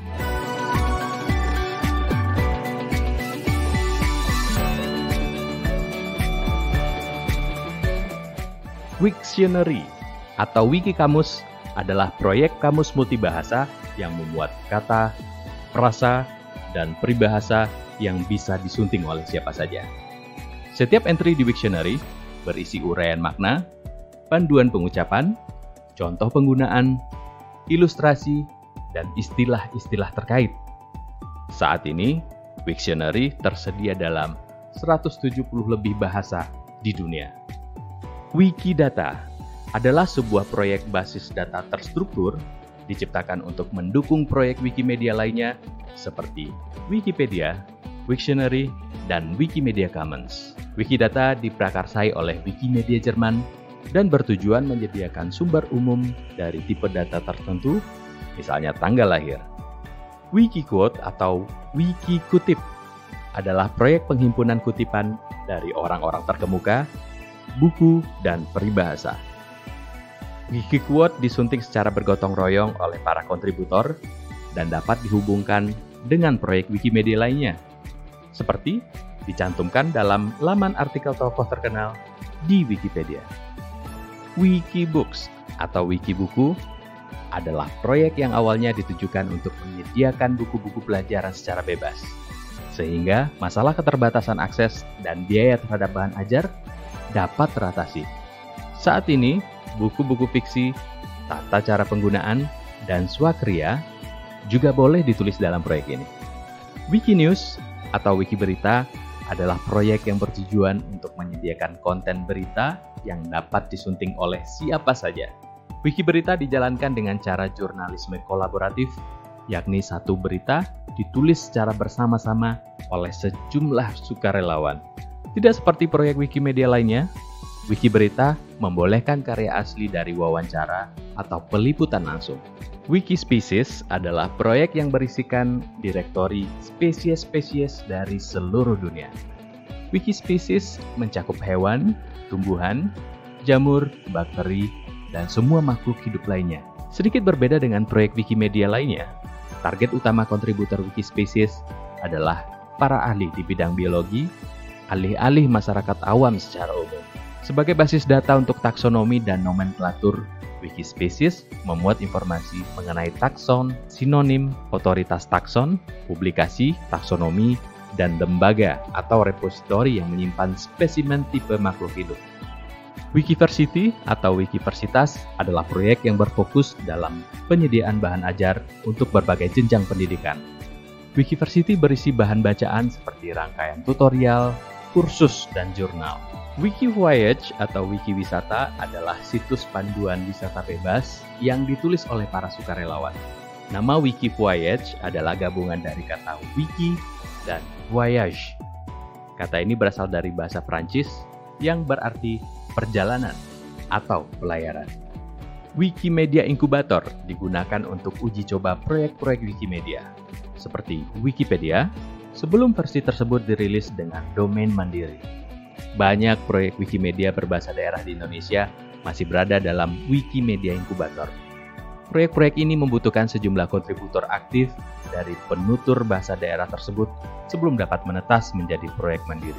Wiktionary atau Wikikamus adalah proyek kamus multibahasa yang memuat kata, frasa, dan peribahasa yang bisa disunting oleh siapa saja. Setiap entry di Wiktionary berisi uraian makna, panduan pengucapan, contoh penggunaan, ilustrasi, dan istilah-istilah terkait. Saat ini, Wiktionary tersedia dalam 170 lebih bahasa di dunia. Wikidata adalah sebuah proyek basis data terstruktur diciptakan untuk mendukung proyek Wikimedia lainnya seperti Wikipedia, Wiktionary, dan Wikimedia Commons. Wikidata diprakarsai oleh Wikimedia Jerman dan bertujuan menyediakan sumber umum dari tipe data tertentu, misalnya tanggal lahir. Wikiquote atau Wikikutip adalah proyek penghimpunan kutipan dari orang-orang terkemuka, buku, dan peribahasa. Wikiquote disunting secara bergotong royong oleh para kontributor dan dapat dihubungkan dengan proyek Wikimedia lainnya, seperti dicantumkan dalam laman artikel tokoh terkenal di Wikipedia. Wikibooks atau Wikibuku adalah proyek yang awalnya ditujukan untuk menyediakan buku-buku pelajaran secara bebas, sehingga masalah keterbatasan akses dan biaya terhadap bahan ajar dapat teratasi. Saat ini, buku-buku fiksi, tata cara penggunaan, dan swakriya juga boleh ditulis dalam proyek ini. Wikinews atau Wikiberita adalah proyek yang bertujuan untuk menyediakan konten berita yang dapat disunting oleh siapa saja. Wikiberita dijalankan dengan cara jurnalisme kolaboratif, yakni satu berita ditulis secara bersama-sama oleh sejumlah sukarelawan. Tidak seperti proyek Wikimedia lainnya, Wikiberita membolehkan karya asli dari wawancara atau peliputan langsung. Wikispecies adalah proyek yang berisikan direktori spesies-spesies dari seluruh dunia. Wikispecies mencakup hewan, tumbuhan, jamur, bakteri, dan semua makhluk hidup lainnya. Sedikit berbeda dengan proyek Wikimedia lainnya, target utama kontributor Wikispecies adalah para ahli di bidang biologi, alih-alih masyarakat awam secara umum. Sebagai basis data untuk taksonomi dan nomenklatur, Wikispecies memuat informasi mengenai takson, sinonim, otoritas takson, publikasi, taksonomi, dan lembaga atau repositori yang menyimpan spesimen tipe makhluk hidup. Wikiversity atau Wikiversitas adalah proyek yang berfokus dalam penyediaan bahan ajar untuk berbagai jenjang pendidikan. Wikiversity berisi bahan bacaan seperti rangkaian tutorial, kursus, dan jurnal. Wikivoyage atau Wikiwisata adalah situs panduan wisata bebas yang ditulis oleh para sukarelawan. Nama Wikivoyage adalah gabungan dari kata wiki dan voyage. Kata ini berasal dari bahasa Prancis yang berarti perjalanan atau pelayaran. Wikimedia Inkubator digunakan untuk uji coba proyek-proyek Wikimedia, seperti Wikipedia, sebelum versi tersebut dirilis dengan domain mandiri. Banyak proyek Wikimedia berbahasa daerah di Indonesia masih berada dalam Wikimedia Inkubator. Proyek-proyek ini membutuhkan sejumlah kontributor aktif dari penutur bahasa daerah tersebut sebelum dapat menetas menjadi proyek mandiri.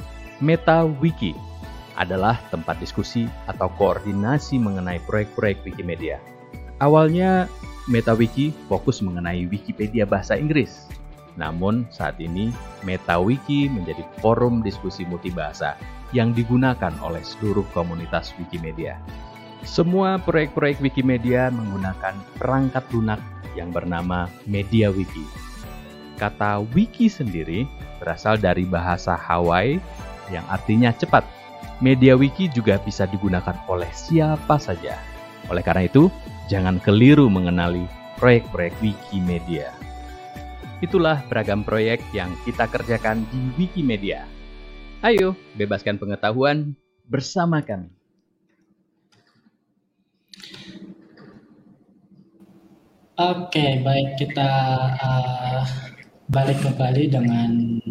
MetaWiki adalah tempat diskusi atau koordinasi mengenai proyek-proyek Wikimedia. Awalnya, MetaWiki fokus mengenai Wikipedia bahasa Inggris. Namun, saat ini MetaWiki menjadi forum diskusi multibahasa yang digunakan oleh seluruh komunitas Wikimedia. Semua proyek-proyek Wikimedia menggunakan perangkat lunak yang bernama MediaWiki. Kata wiki sendiri berasal dari bahasa Hawaii yang artinya cepat. MediaWiki juga bisa digunakan oleh siapa saja. Oleh karena itu, jangan keliru mengenali proyek-proyek Wikimedia. Itulah beragam proyek yang kita kerjakan di Wikimedia. Ayo, bebaskan pengetahuan bersama kami. Oke, baik, kita balik kembali dengan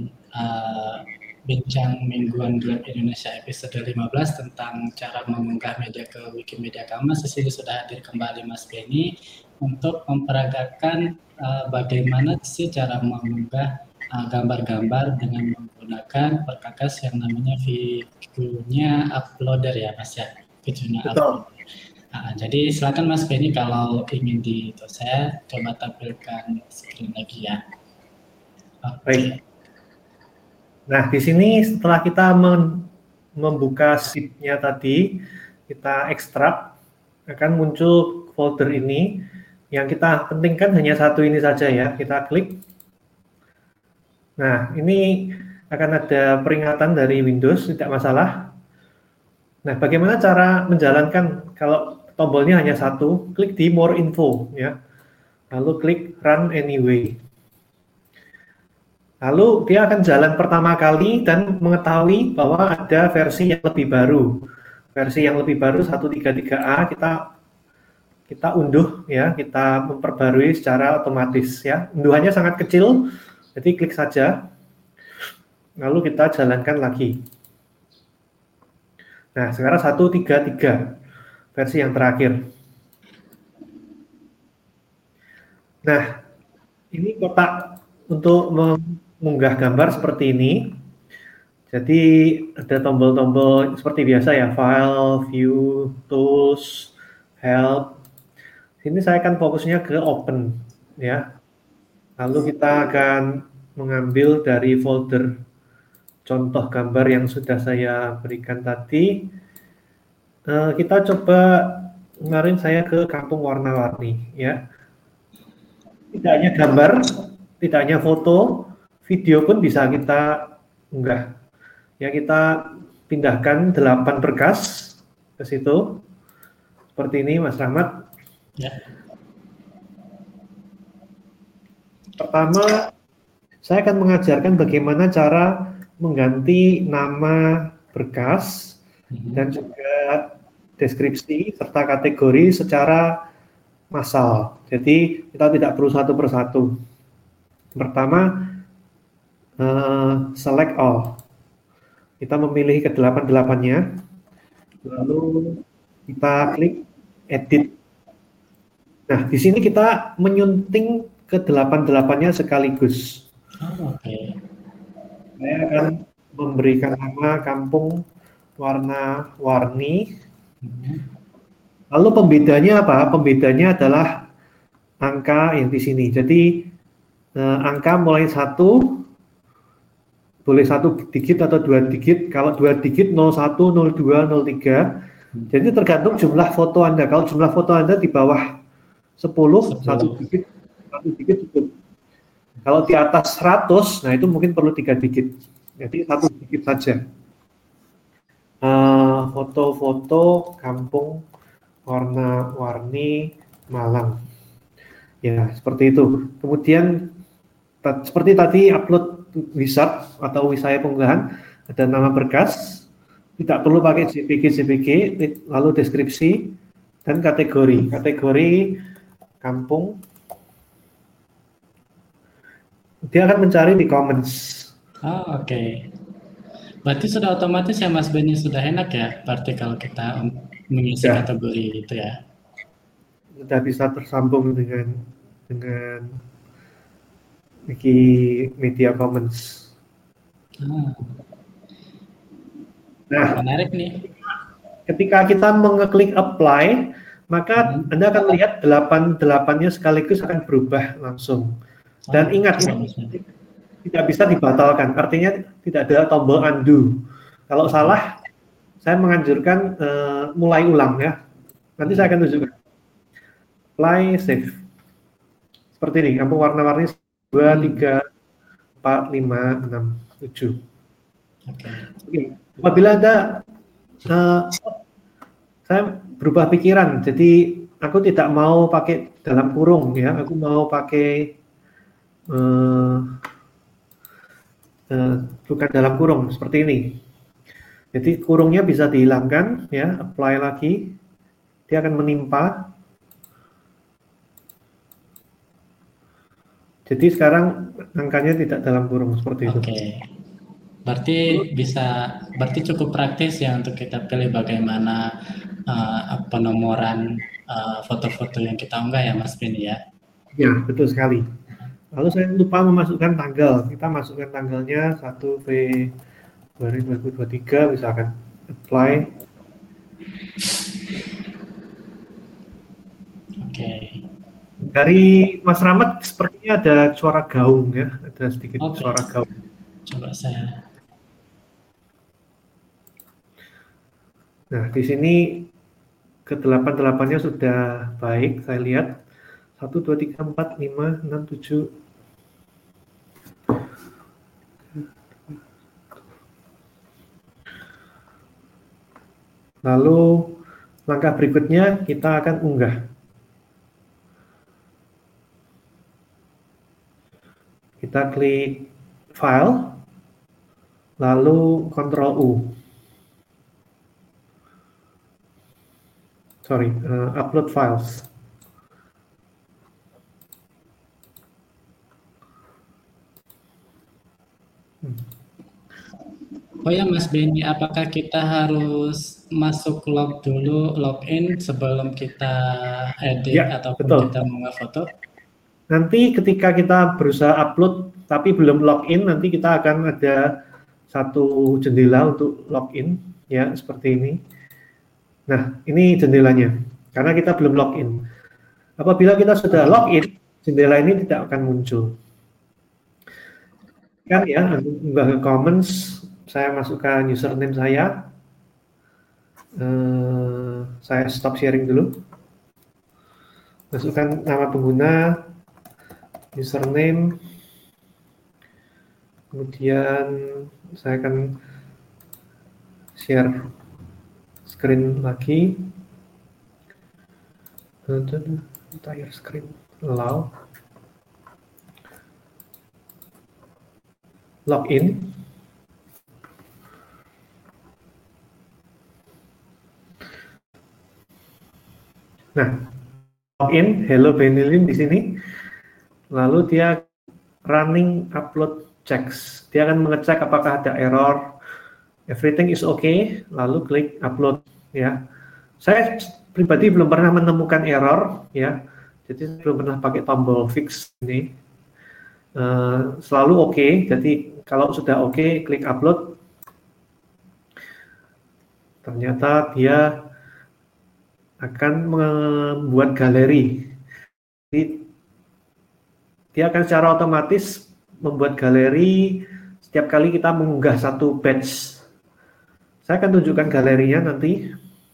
bincang mingguan Gelap Indonesia episode 15 tentang cara mengunggah media ke Wikimedia Commons. Di sini sudah hadir kembali Mas Benny untuk memperagakan bagaimana sih cara mengunggah gambar-gambar dengan menggunakan perkakas yang namanya Figunya Uploader ya Mas ya, Figunya Uploader. Jadi silakan Mas Benny kalau ingin saya coba tampilkan screen lagi ya. Baik. Nah, di sini setelah kita membuka zip-nya tadi, kita ekstrak, akan muncul folder ini. Yang kita pentingkan hanya satu ini saja ya, kita klik. Nah, ini akan ada peringatan dari Windows, tidak masalah. Nah, bagaimana cara menjalankan kalau tombolnya hanya satu? Klik di More Info ya. Lalu klik Run Anyway. Lalu dia akan jalan pertama kali dan mengetahui bahwa ada versi yang lebih baru. Versi yang lebih baru 133A kita unduh ya, kita memperbarui secara otomatis ya. Unduhannya sangat kecil, jadi klik saja. Lalu kita jalankan lagi. Nah, sekarang 133 versi yang terakhir. Nah, ini kotak untuk mengunggah gambar seperti ini. Jadi ada tombol-tombol seperti biasa ya, File, View, Tools, Help. Sini saya akan fokusnya ke Open ya. Lalu kita akan mengambil dari folder contoh gambar yang sudah saya berikan tadi. Kita coba kemarin saya ke Kampung Warna-Warni ya. Tidak hanya gambar, tidak hanya foto, video pun bisa kita unggah. Ya, kita pindahkan 8 berkas ke situ. Seperti ini Mas Rahmat. Ya. Pertama, saya akan mengajarkan bagaimana cara mengganti nama berkas dan juga deskripsi serta kategori secara massal. Jadi kita tidak perlu satu persatu. Pertama, select all. Kita memilih ke-8-8-nya, lalu kita klik edit. Nah, di sini kita menyunting ke-8-8-nya sekaligus. Oke. Saya akan memberikan nama Kampung Warna-Warni. Lalu pembedanya apa? Pembedanya adalah angka yang di sini. Jadi angka mulai 1, boleh 1 digit atau 2 digit. Kalau 2 digit 01, 02, 03. Jadi tergantung jumlah foto Anda. Kalau jumlah foto Anda di bawah 10, 1 digit cukup. Kalau di atas 100, nah itu mungkin perlu 3 digit. Jadi 1 digit saja. Foto-foto Kampung Warna-Warni Malang. Ya, seperti itu. Kemudian seperti tadi upload wizard atau wisaya pengunggahan, ada nama berkas, tidak perlu pakai JPG, lalu deskripsi dan kategori. Kategori kampung. Dia akan mencari di comments. Oke. Berarti sudah otomatis ya Mas Benny, sudah enak ya berarti kalau kita mengisi kategori itu ya. Sudah bisa tersambung dengan Wikimedia Commons. Nah, menarik nih. Ketika kita mengeklik apply, maka Anda akan melihat 8-8-nya sekaligus akan berubah langsung. Dan ingat, tidak bisa dibatalkan, artinya tidak ada tombol undo. Kalau salah, saya menganjurkan mulai ulang ya. Nanti saya akan tunjukkan. Apply, save. Seperti ini, kamu warna-warni 2, 3, 4, 5, 6, 7. Oke. Apabila Anda saya berubah pikiran, jadi aku tidak mau pakai dalam kurung ya, aku mau pakai bukan dalam kurung seperti ini. Jadi kurungnya bisa dihilangkan ya, apply lagi, dia akan menimpa. Jadi sekarang angkanya tidak dalam kurung seperti itu. Oke. Berarti cukup praktis ya untuk kita pilih bagaimana penomoran foto-foto yang kita unggah ya Mas Beni ya. Ya, betul sekali. Lalu saya lupa memasukkan tanggal. Kita masukkan tanggalnya 1 Februari 2023, misalkan apply. Oke. Dari Mas Rahmat sepertinya ada suara gaung ya, ada sedikit suara gaung. Coba saya. Nah, di sini ke-8-8-nya sudah baik, saya lihat. 1, 2, 3, 4, 5, 6, 7. Lalu langkah berikutnya kita akan unggah. Kita klik file, lalu Ctrl U. Upload files. Oh ya Mas Beni, apakah kita harus masuk login sebelum kita edit Ya, ataupun betul. kita mengunggah foto? Nanti ketika kita berusaha upload tapi belum login, nanti kita akan ada satu jendela untuk login ya, seperti ini. Nah, ini jendelanya karena kita belum login. Apabila kita sudah login, jendela ini tidak akan muncul. Kan ya, unggah ke comments, saya masukkan username saya. Saya stop sharing dulu. Masukkan nama pengguna, username, kemudian saya akan share screen lagi. Entire screen, allow. Login. Nah, login, hello Benilin di sini. Lalu dia running upload checks. Dia akan mengecek apakah ada error. Everything is okay. Lalu klik upload ya. Saya pribadi belum pernah menemukan error ya. Jadi belum pernah pakai tombol fix ini. Selalu oke. Jadi kalau sudah oke, klik upload. Ternyata dia akan membuat galeri. Jadi dia akan secara otomatis membuat galeri setiap kali kita mengunggah satu batch. Saya akan tunjukkan galerinya nanti.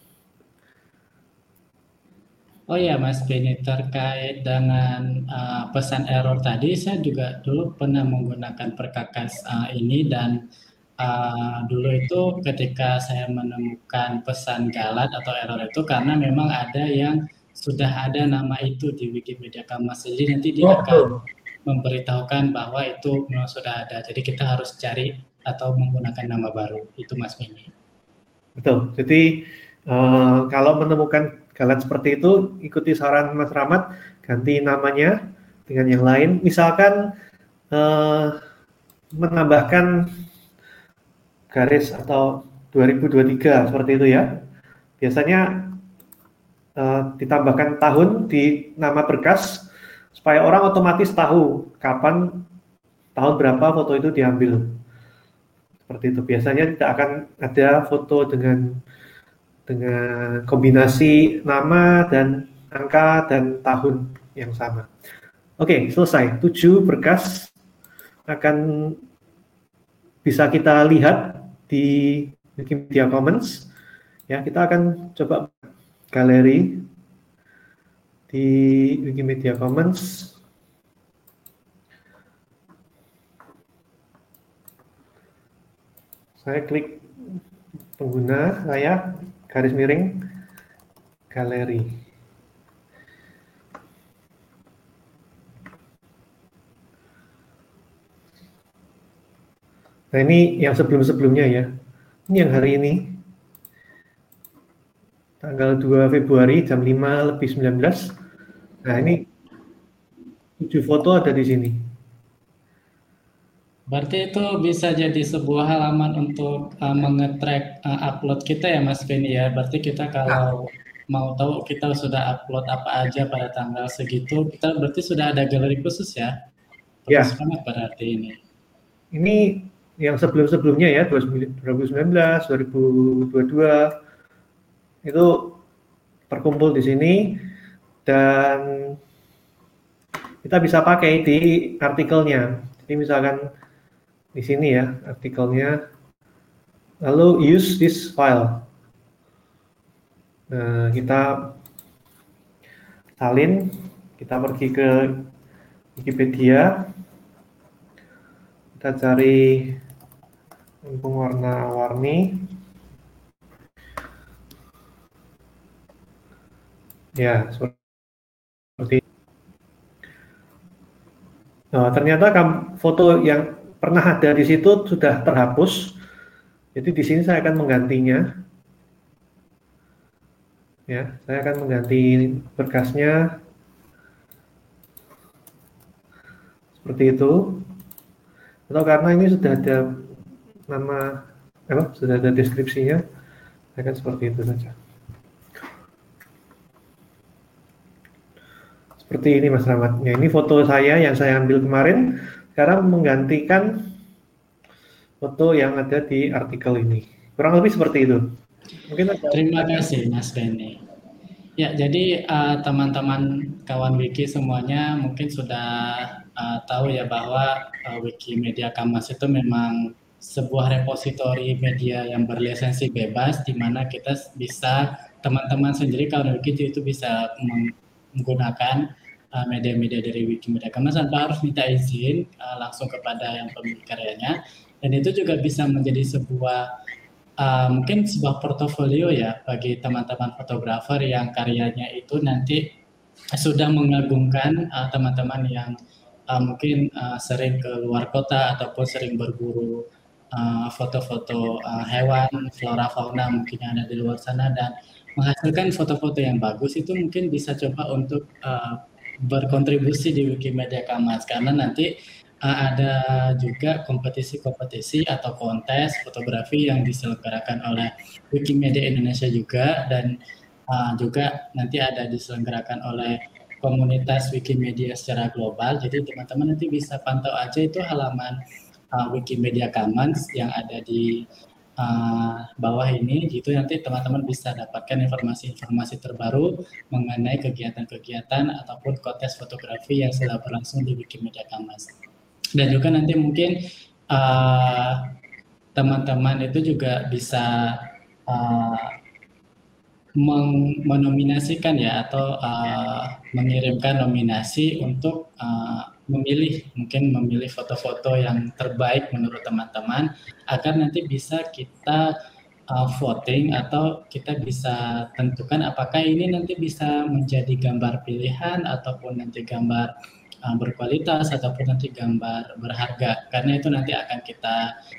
Oh ya Mas Beni, terkait dengan pesan error tadi, saya juga dulu pernah menggunakan perkakas ini dan dulu itu ketika saya menemukan pesan galat atau error itu karena memang ada yang sudah ada nama itu di Wikimedia Commons, jadi nanti dia akan memberitahukan bahwa itu memang sudah ada, jadi kita harus cari atau menggunakan nama baru, itu Mas Beni. Betul, jadi kalau menemukan galat seperti itu, ikuti saran Mas Rahmat, ganti namanya dengan yang lain, misalkan menambahkan garis atau 2023 seperti itu ya. Biasanya ditambahkan tahun di nama berkas supaya orang otomatis tahu kapan, tahun berapa foto itu diambil. Seperti itu. Biasanya tidak akan ada foto dengan dengan kombinasi nama dan angka dan tahun yang sama. Oke, selesai. 7 berkas akan bisa kita lihat di Wikimedia Commons. Ya, kita akan coba galeri di Wikimedia Commons. Saya klik pengguna saya, garis miring, galeri. Nah, ini yang sebelum-sebelumnya ya. Ini yang hari ini. Tanggal 2 Februari jam 5:19. Nah, ini 7 foto ada di sini. Berarti itu bisa jadi sebuah halaman untuk mengetrack upload kita ya Mas Benny ya. Berarti kita kalau mau tahu kita sudah upload apa aja pada tanggal segitu, kita berarti sudah ada galeri khusus ya. Bagus banget berarti ini. Ini yang sebelum-sebelumnya ya, 2019, 2022 itu terkumpul di sini dan kita bisa pakai di artikelnya. Jadi misalkan di sini ya artikelnya, lalu use this file. Nah, kita salin, kita pergi ke Wikipedia, kita cari lempung warna-warni. Ya, seperti ternyata foto yang pernah ada di situ sudah terhapus. Jadi di sini saya akan menggantinya. Ya, saya akan mengganti berkasnya seperti itu. Atau karena ini sudah ada nama, sudah ada deskripsinya, saya akan seperti itu saja. Seperti ini Mas Rahmat. Ya, ini foto saya yang saya ambil kemarin, sekarang menggantikan foto yang ada di artikel ini. Kurang lebih seperti itu. Mungkin terima kasih Mas Benny. Ya, jadi teman-teman kawan Wiki semuanya mungkin sudah tahu ya bahwa Wikimedia Commons itu memang sebuah repositori media yang berlisensi bebas, di mana kita bisa, teman-teman sendiri kawan Wiki itu bisa menggunakan media-media dari Wikimedia Commons tanpa harus minta izin langsung kepada yang pemilik karyanya, dan itu juga bisa menjadi sebuah mungkin sebuah portofolio ya bagi teman-teman fotografer yang karyanya itu nanti sudah mengagumkan teman-teman yang mungkin sering ke luar kota ataupun sering berburu foto-foto hewan, flora, fauna mungkin yang ada di luar sana dan menghasilkan foto-foto yang bagus. Itu mungkin bisa coba untuk berkontribusi di Wikimedia Commons, karena nanti ada juga kompetisi-kompetisi atau kontes fotografi yang diselenggarakan oleh Wikimedia Indonesia juga, dan juga nanti ada diselenggarakan oleh komunitas Wikimedia secara global. Jadi teman-teman nanti bisa pantau aja itu halaman Wikimedia Commons yang ada di bawah ini, gitu nanti teman-teman bisa dapatkan informasi-informasi terbaru mengenai kegiatan-kegiatan ataupun kontes fotografi yang sedang berlangsung di Wikimedia Commons. Dan juga nanti mungkin teman-teman itu juga bisa menominasikan ya atau mengirimkan nominasi untuk memilih foto-foto yang terbaik menurut teman-teman, agar nanti bisa kita voting atau kita bisa tentukan apakah ini nanti bisa menjadi gambar pilihan ataupun nanti gambar berkualitas ataupun nanti gambar berharga, karena itu nanti akan kita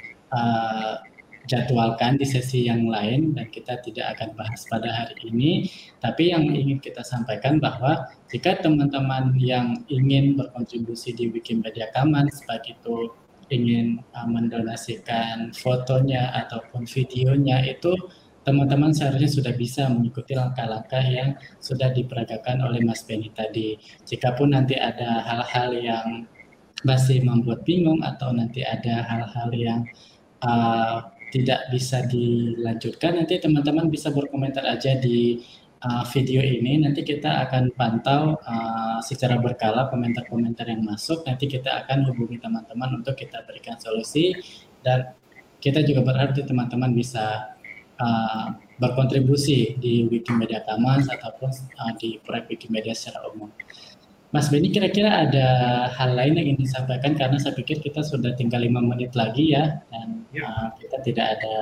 jadwalkan di sesi yang lain dan kita tidak akan bahas pada hari ini. Tapi yang ingin kita sampaikan bahwa jika teman-teman yang ingin berkontribusi di Wikimedia Commons, baik itu ingin mendonasikan fotonya ataupun videonya, itu teman-teman seharusnya sudah bisa mengikuti langkah-langkah yang sudah diperagakan oleh Mas Benny tadi. Jikapun nanti ada hal-hal yang masih membuat bingung atau nanti ada hal-hal yang tidak bisa dilanjutkan, nanti teman-teman bisa berkomentar aja di video ini. Nanti kita akan pantau secara berkala komentar-komentar yang masuk. Nanti kita akan hubungi teman-teman untuk kita berikan solusi, dan kita juga berharap teman-teman bisa berkontribusi di Wikimedia Commons ataupun di proyek Wikimedia secara umum. Mas Benny, kira-kira ada hal lain yang ingin disampaikan, karena saya pikir kita sudah tinggal 5 menit lagi ya, dan kita tidak ada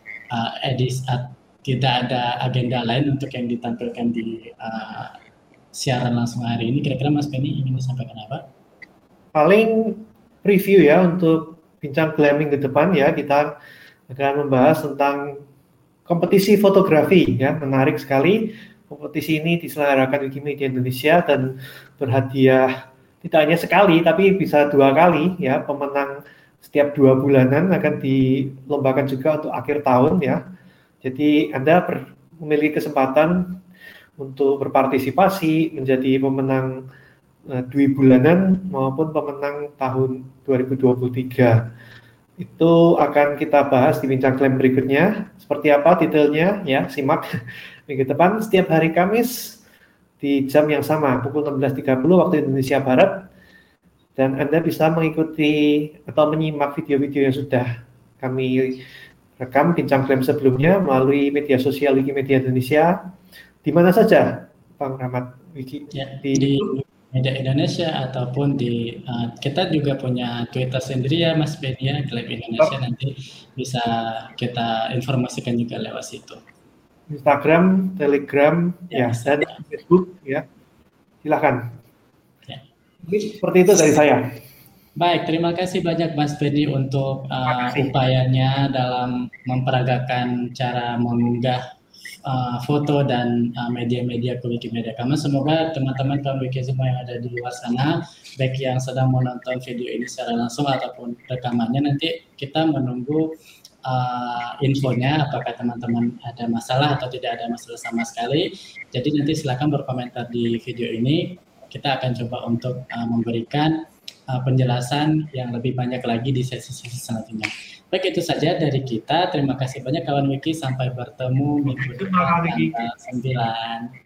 tidak ada agenda lain untuk yang ditampilkan di siaran langsung hari ini. Kira-kira Mas Benny ingin disampaikan apa? Paling preview ya untuk bincang glamming ke depan ya, kita akan membahas tentang kompetisi fotografi ya, menarik sekali. Kompetisi ini diselenggarakan Wikimedia Indonesia dan berhadiah tidak hanya sekali tapi bisa 2 kali ya. Pemenang setiap 2 bulanan akan dilombakan juga untuk akhir tahun ya. Jadi Anda memiliki kesempatan untuk berpartisipasi menjadi pemenang 2 bulanan maupun pemenang tahun 2023. Itu akan kita bahas di bincang klaim berikutnya. Seperti apa detailnya ya, simak minggu depan setiap hari Kamis di jam yang sama, pukul 16.30 waktu Indonesia Barat. Dan Anda bisa mengikuti atau menyimak video-video yang sudah kami rekam bincang klaim sebelumnya melalui media sosial Wikimedia Indonesia. Di mana saja, Bang Rahmat? Di Media Indonesia ataupun di kita juga punya Twitter sendiri ya Mas Benny ya, Klaim Indonesia. Nanti bisa kita informasikan juga lewat situ. Instagram, Telegram, ya dan Facebook ya. Silakan. Ya. Seperti itu dari saya. Baik, terima kasih banyak Mas Benny untuk upayanya dalam memperagakan cara mengunggah foto dan media-media ke Wikimedia Commons. Semoga teman-teman kaum Wiki semua yang ada di luar sana, baik yang sedang menonton video ini secara langsung ataupun rekamannya, nanti kita menunggu infonya apakah teman-teman ada masalah atau tidak ada masalah sama sekali. Jadi nanti silakan berkomentar di video ini. Kita akan coba untuk memberikan penjelasan yang lebih banyak lagi di sesi-sesi selanjutnya. Baik, itu saja dari kita. Terima kasih banyak kawan Wiki. Sampai bertemu minggu depan tanggal 9.